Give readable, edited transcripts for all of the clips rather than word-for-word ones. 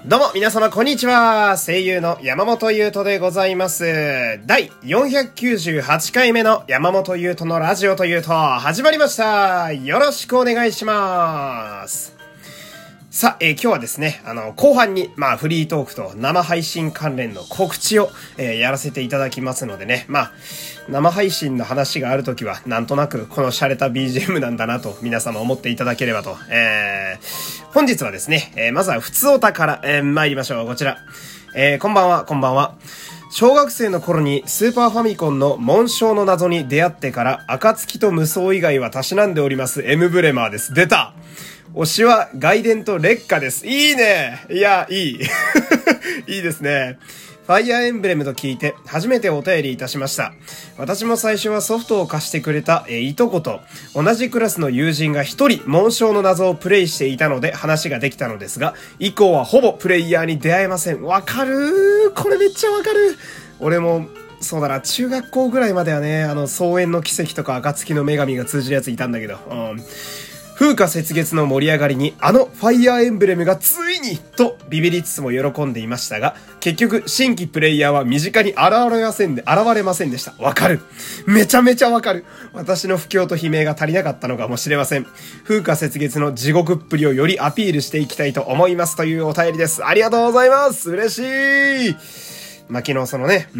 どうも皆様こんにちは。声優の山本優斗でございます。第498回目の山本優斗のラジオというと始まりました。よろしくお願いします。さあ、今日はですね、後半に、フリートークと生配信関連の告知を、やらせていただきますのでね、生配信の話があるときは、なんとなくこの洒落た BGM なんだなと、皆様思っていただければと、本日はですね、まずは普通オタから、参りましょう。こちら。こんばんは、こんばんは。小学生の頃にスーパーファミコンの紋章の謎に出会ってから、暁と無双以外はたしなんでおります、M ブレマーです。出た！推しは外伝と劣化です。いいね。いや、いい。いいですね。ファイアーエンブレムと聞いて初めてお便りいたしました。私も最初はソフトを貸してくれたいとこと同じクラスの友人が一人紋章の謎をプレイしていたので話ができたのですが、以降はほぼプレイヤーに出会えません。わかるー。これめっちゃわかる。俺もそうだな、中学校ぐらいまではね、草原の奇跡とか暁の女神が通じるやついたんだけど、風花雪月の盛り上がりにファイアーエンブレムがついにとビビりつつも喜んでいましたが、結局新規プレイヤーは身近に現れませんでした。わかる。めちゃめちゃわかる。私の不況と悲鳴が足りなかったのかもしれません。風花雪月の地獄っぷりをよりアピールしていきたいと思いますというお便りです。ありがとうございます。嬉しい。昨日そのね、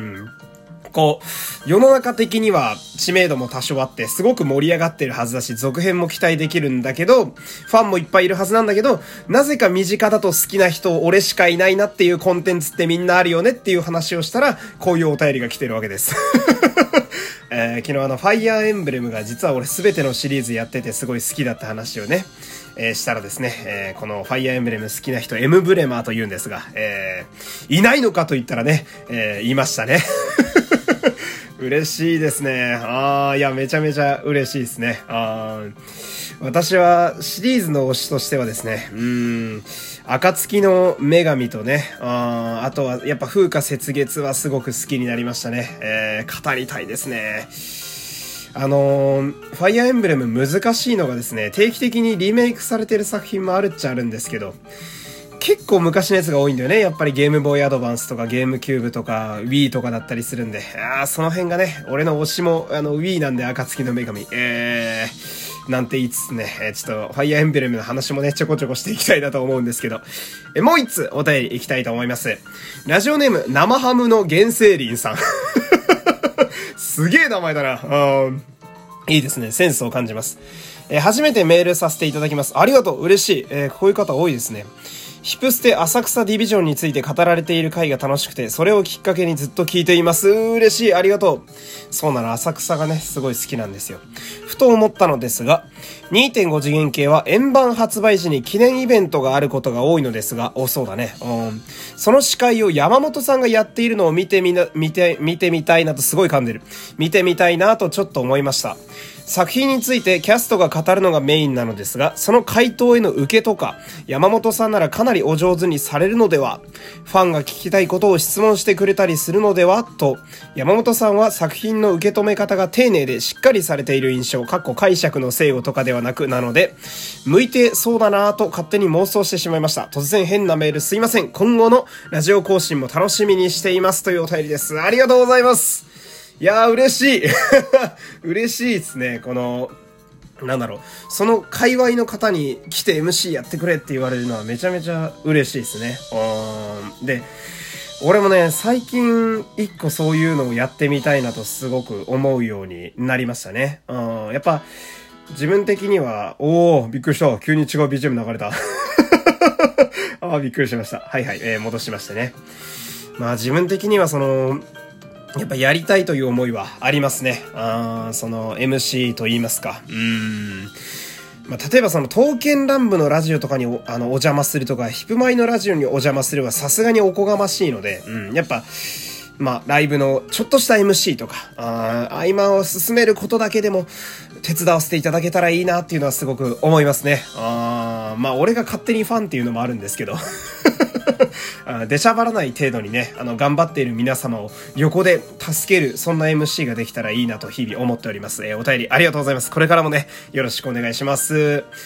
世の中的には知名度も多少あってすごく盛り上がってるはずだし、続編も期待できるんだけど、ファンもいっぱいいるはずなんだけど、なぜか身近だと好きな人俺しかいないなっていうコンテンツってみんなあるよねっていう話をしたら、こういうお便りが来てるわけです。昨日ファイアーエンブレムが実は俺すべてのシリーズやっててすごい好きだった話をね、したらですね、このファイアーエンブレム好きな人 M ブレマーと言うんですが、いないのかと言ったらね、言いましたね。嬉しいですね。いや、めちゃめちゃ嬉しいですね。私はシリーズの推しとしてはですね、暁の女神とね、あとはやっぱ風花雪月はすごく好きになりましたね。語りたいですね。ファイアーエンブレム難しいのがですね、定期的にリメイクされてる作品もあるっちゃあるんですけど、結構昔のやつが多いんだよね。やっぱりゲームボーイアドバンスとかゲームキューブとか Wii とかだったりするんで、その辺がね、俺の推しもWii なんで暁の女神、なんて言いつつね、ちょっとファイアーエンブレムの話もね、ちょこちょこしていきたいなと思うんですけど、もう一つお便りいきたいと思います。ラジオネーム生ハムの原生林さん。すげえ名前だな。いいですね。センスを感じます。初めてメールさせていただきます。ありがとう。嬉しい。こういう方多いですね。ヒプステ浅草ディビジョンについて語られている回が楽しくて、それをきっかけにずっと聞いています。嬉しい。ありがとう。そうなの、浅草がね、すごい好きなんですよ。ふと思ったのですが、2.5 次元系は円盤発売時に記念イベントがあることが多いのですが、そうだね。その司会を山本さんがやっているのを見てみたいなとすごい噛んでる。見てみたいなとちょっと思いました。作品についてキャストが語るのがメインなのですが、その回答への受けとか、山本さんならかなりお上手にされるのでは、ファンが聞きたいことを質問してくれたりするのではと、山本さんは作品の受け止め方が丁寧でしっかりされている印象、解釈の正誤とかではなくなので、向いてそうだなぁと勝手に妄想してしまいました。突然変なメールすいません。今後のラジオ更新も楽しみにしていますというお便りです。ありがとうございます。いやー嬉しい。嬉しいですね。その界隈の方に来て MC やってくれって言われるのはめちゃめちゃ嬉しいですね。で、俺もね、最近一個そういうのをやってみたいなとすごく思うようになりましたね。やっぱ、自分的には、びっくりした。急に違う BGM 流れた。びっくりしました。はいはい、戻しましてね。自分的にはやっぱやりたいという思いはありますね。MC と言いますか。例えば刀剣乱舞のラジオとかにお邪魔するとか、ヒプマイのラジオにお邪魔するはさすがにおこがましいので、やっぱ、ライブのちょっとした MC とか、合間を進めることだけでも手伝わせていただけたらいいなっていうのはすごく思いますね。俺が勝手にファンっていうのもあるんですけど。出しゃばらない程度にね、頑張っている皆様を横で助ける、そんな MC ができたらいいなと日々思っております。お便りありがとうございます。これからもね、よろしくお願いします。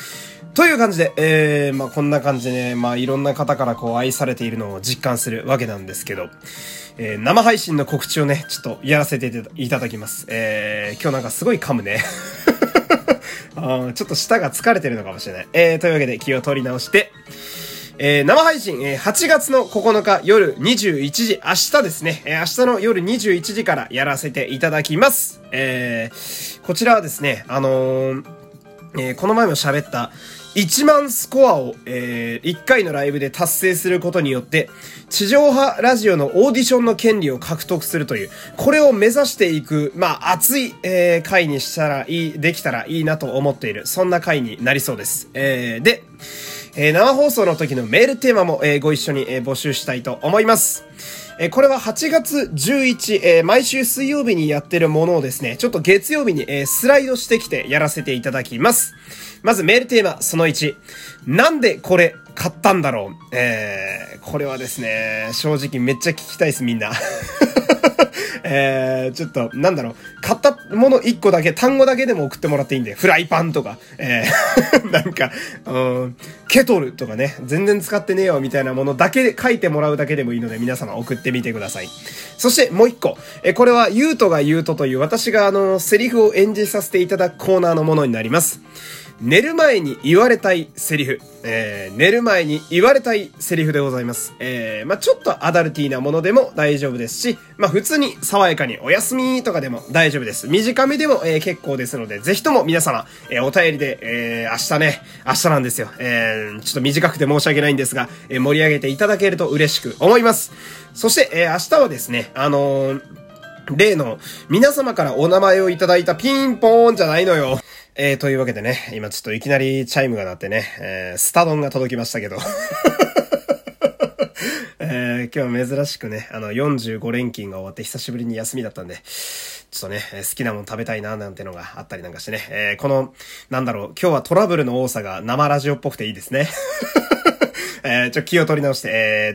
という感じで、まあこんな感じでね、まあいろんな方からこう愛されているのを実感するわけなんですけど、生配信の告知をね、ちょっとやらせていただきます。今日なんかすごい噛むね。ちょっと舌が疲れてるのかもしれない。というわけで気を取り直して、生配信、8月の9日夜21時、明日ですね、明日の夜21時からやらせていただきます。こちらはですね、この前も喋った1万スコアを、1回のライブで達成することによって、地上波ラジオのオーディションの権利を獲得するという、これを目指していく、まあ、熱い、回にしたらできたらいいなと思っている、そんな回になりそうです。で、生放送の時のメールテーマも、ご一緒に、募集したいと思います。これは8月11、毎週水曜日にやってるものをですね、ちょっと月曜日に、スライドしてきてやらせていただきます。まずメールテーマその1。なんでこれ買ったんだろう。これはですね、正直めっちゃ聞きたいです、みんな。ちょっと、なんだろう、買ったもの1個だけ、単語だけでも送ってもらっていいんで、フライパンとか、なんか、ケトルとかね、全然使ってねえよみたいなものだけ書いてもらうだけでもいいので、皆様送ってみてください。そしてもう1個、これはゆうとが言うとという私がセリフを演じさせていただくコーナーのものになります。寝る前に言われたいセリフ。寝る前に言われたいセリフでございます。まあ、ちょっとアダルティーなものでも大丈夫ですし、まあ、普通に爽やかにおやすみとかでも大丈夫です。短めでも、結構ですので、ぜひとも皆様、お便りで、明日なんですよ。ちょっと短くて申し訳ないんですが、盛り上げていただけると嬉しく思います。そして、明日はですね、例の皆様からお名前をいただいたピンポーンじゃないのよ。というわけでね、今ちょっといきなりチャイムが鳴ってね、スタドンが届きましたけど。今日は珍しくね、45連勤が終わって久しぶりに休みだったんで、ちょっとね、好きなもの食べたいななんてのがあったりなんかしてね、今日はトラブルの多さが生ラジオっぽくていいですね。気を取り直して、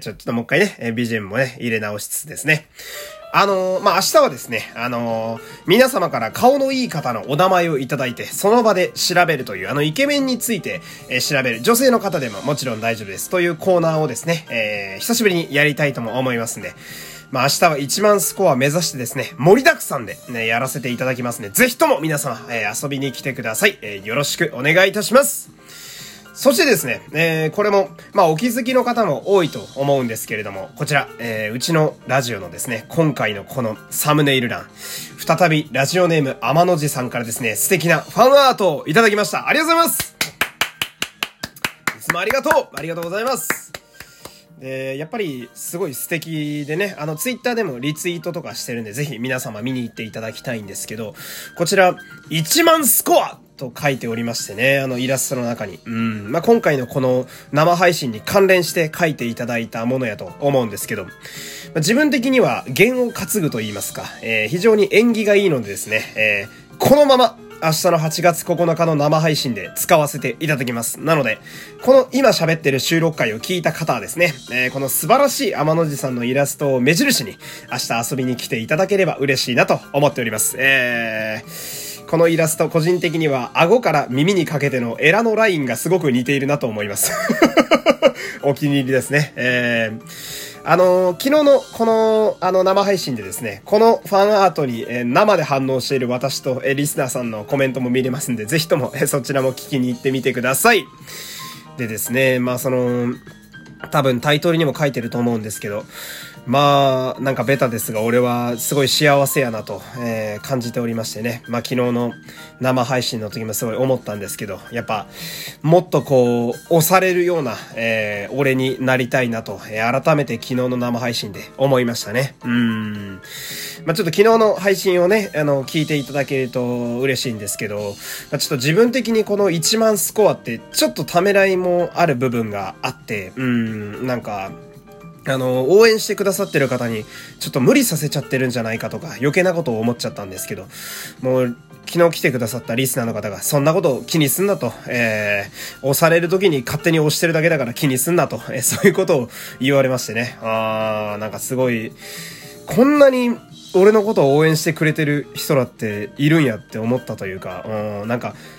ちょっともう一回ね、BGM もね、入れ直しつつですね。まあ、明日はですね、皆様から顔のいい方のお名前をいただいて、その場で調べるという、イケメンについて、調べる、女性の方でももちろん大丈夫です。というコーナーをですね、久しぶりにやりたいとも思いますんで、まあ、明日は1万スコア目指してですね、盛りだくさんでね、やらせていただきますので、ぜひとも皆様、遊びに来てください。よろしくお願いいたします。そしてですね、これも、まあ、お気づきの方も多いと思うんですけれども、こちら、うちのラジオのですね、今回のこのサムネイル欄、再びラジオネーム天の寺さんからですね、素敵なファンアートをいただきました。ありがとうございます。いつもありがとうございます。やっぱりすごい素敵でね、ツイッターでもリツイートとかしてるんで、ぜひ皆様見に行っていただきたいんですけど、こちら、1万スコアと書いておりましてね、イラストの中に。まあ、今回のこの生配信に関連して書いていただいたものやと思うんですけど、自分的には弦を担ぐと言いますか、非常に縁起がいいのでですね、このまま、明日の8月9日の生配信で使わせていただきます。なので、この今喋ってる収録回を聞いた方はですね、この素晴らしい天の寺さんのイラストを目印に、明日遊びに来ていただければ嬉しいなと思っております。このイラスト個人的には顎から耳にかけてのエラのラインがすごく似ているなと思います。お気に入りですね。昨日のこの生配信でですね、このファンアートに、生で反応している私と、リスナーさんのコメントも見れますんで、ぜひとも、そちらも聞きに行ってみてください。でですね、まあ多分タイトルにも書いてると思うんですけど、まあなんかベタですが俺はすごい幸せやなと、感じておりましてね。まあ昨日の生配信の時もすごい思ったんですけど、やっぱもっとこう押されるような、俺になりたいなと、改めて昨日の生配信で思いましたね。まあちょっと昨日の配信をね、聞いていただけると嬉しいんですけど、まあ、ちょっと自分的にこの1万スコアってちょっとためらいもある部分があって、なんか応援してくださってる方にちょっと無理させちゃってるんじゃないかとか余計なことを思っちゃったんですけど、もう昨日来てくださったリスナーの方がそんなことを気にすんなと、押される時に勝手に押してるだけだから気にすんなと、そういうことを言われましてね。なんかすごいこんなに俺のことを応援してくれてる人らっているんやって思ったというか、なんか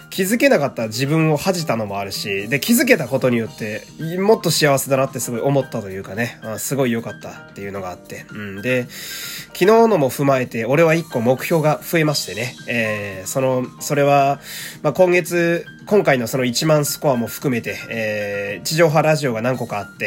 気づけなかった自分を恥じたのもあるし、で、気づけたことによって、もっと幸せだなってすごい思ったというかね、すごい良かったっていうのがあって、で、昨日のも踏まえて、俺は一個目標が増えましてね、それは、今回のその1万スコアも含めて、地上波ラジオが何個かあって、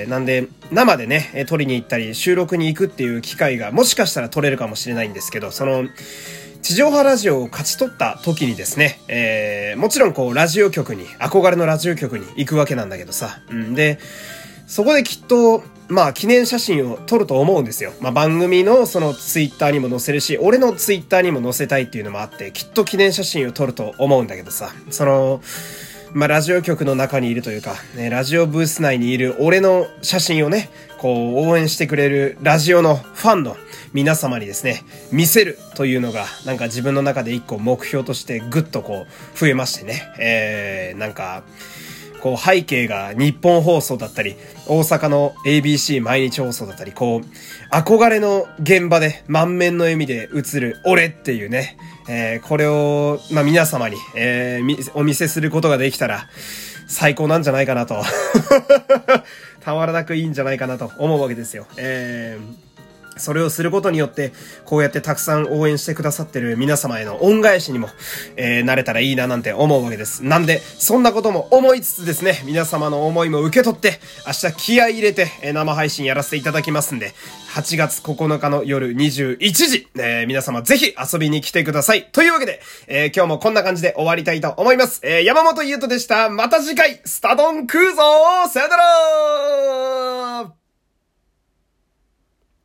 なんで、生でね、撮りに行ったり、収録に行くっていう機会が、もしかしたら撮れるかもしれないんですけど、地上波ラジオを勝ち取った時にですね、もちろんこう、憧れのラジオ局に行くわけなんだけどさ、で、そこできっと、記念写真を撮ると思うんですよ。番組のそのツイッターにも載せるし、俺のツイッターにも載せたいっていうのもあって、きっと記念写真を撮ると思うんだけどさ、ラジオ局の中にいるというか、ね、ラジオブース内にいる俺の写真をね、こう応援してくれるラジオのファンの皆様にですね、見せるというのが、なんか自分の中で一個目標としてぐっとこう増えましてね、こう背景が日本放送だったり、大阪の ABC 毎日放送だったり、こう、憧れの現場で満面の笑みで映る俺っていうね、これを、皆様に、お見せすることができたら、最高なんじゃないかなと。たまらなくいいんじゃないかなと思うわけですよ。それをすることによって、こうやってたくさん応援してくださってる皆様への恩返しにも、なれたらいいななんて思うわけです。なんで、そんなことも思いつつですね、皆様の思いも受け取って、明日気合い入れて、生配信やらせていただきますんで、8月9日の夜21時、皆様ぜひ遊びに来てください。というわけで、今日もこんな感じで終わりたいと思います。山本優斗でした。また次回、スタドン食うぞー。さよならー。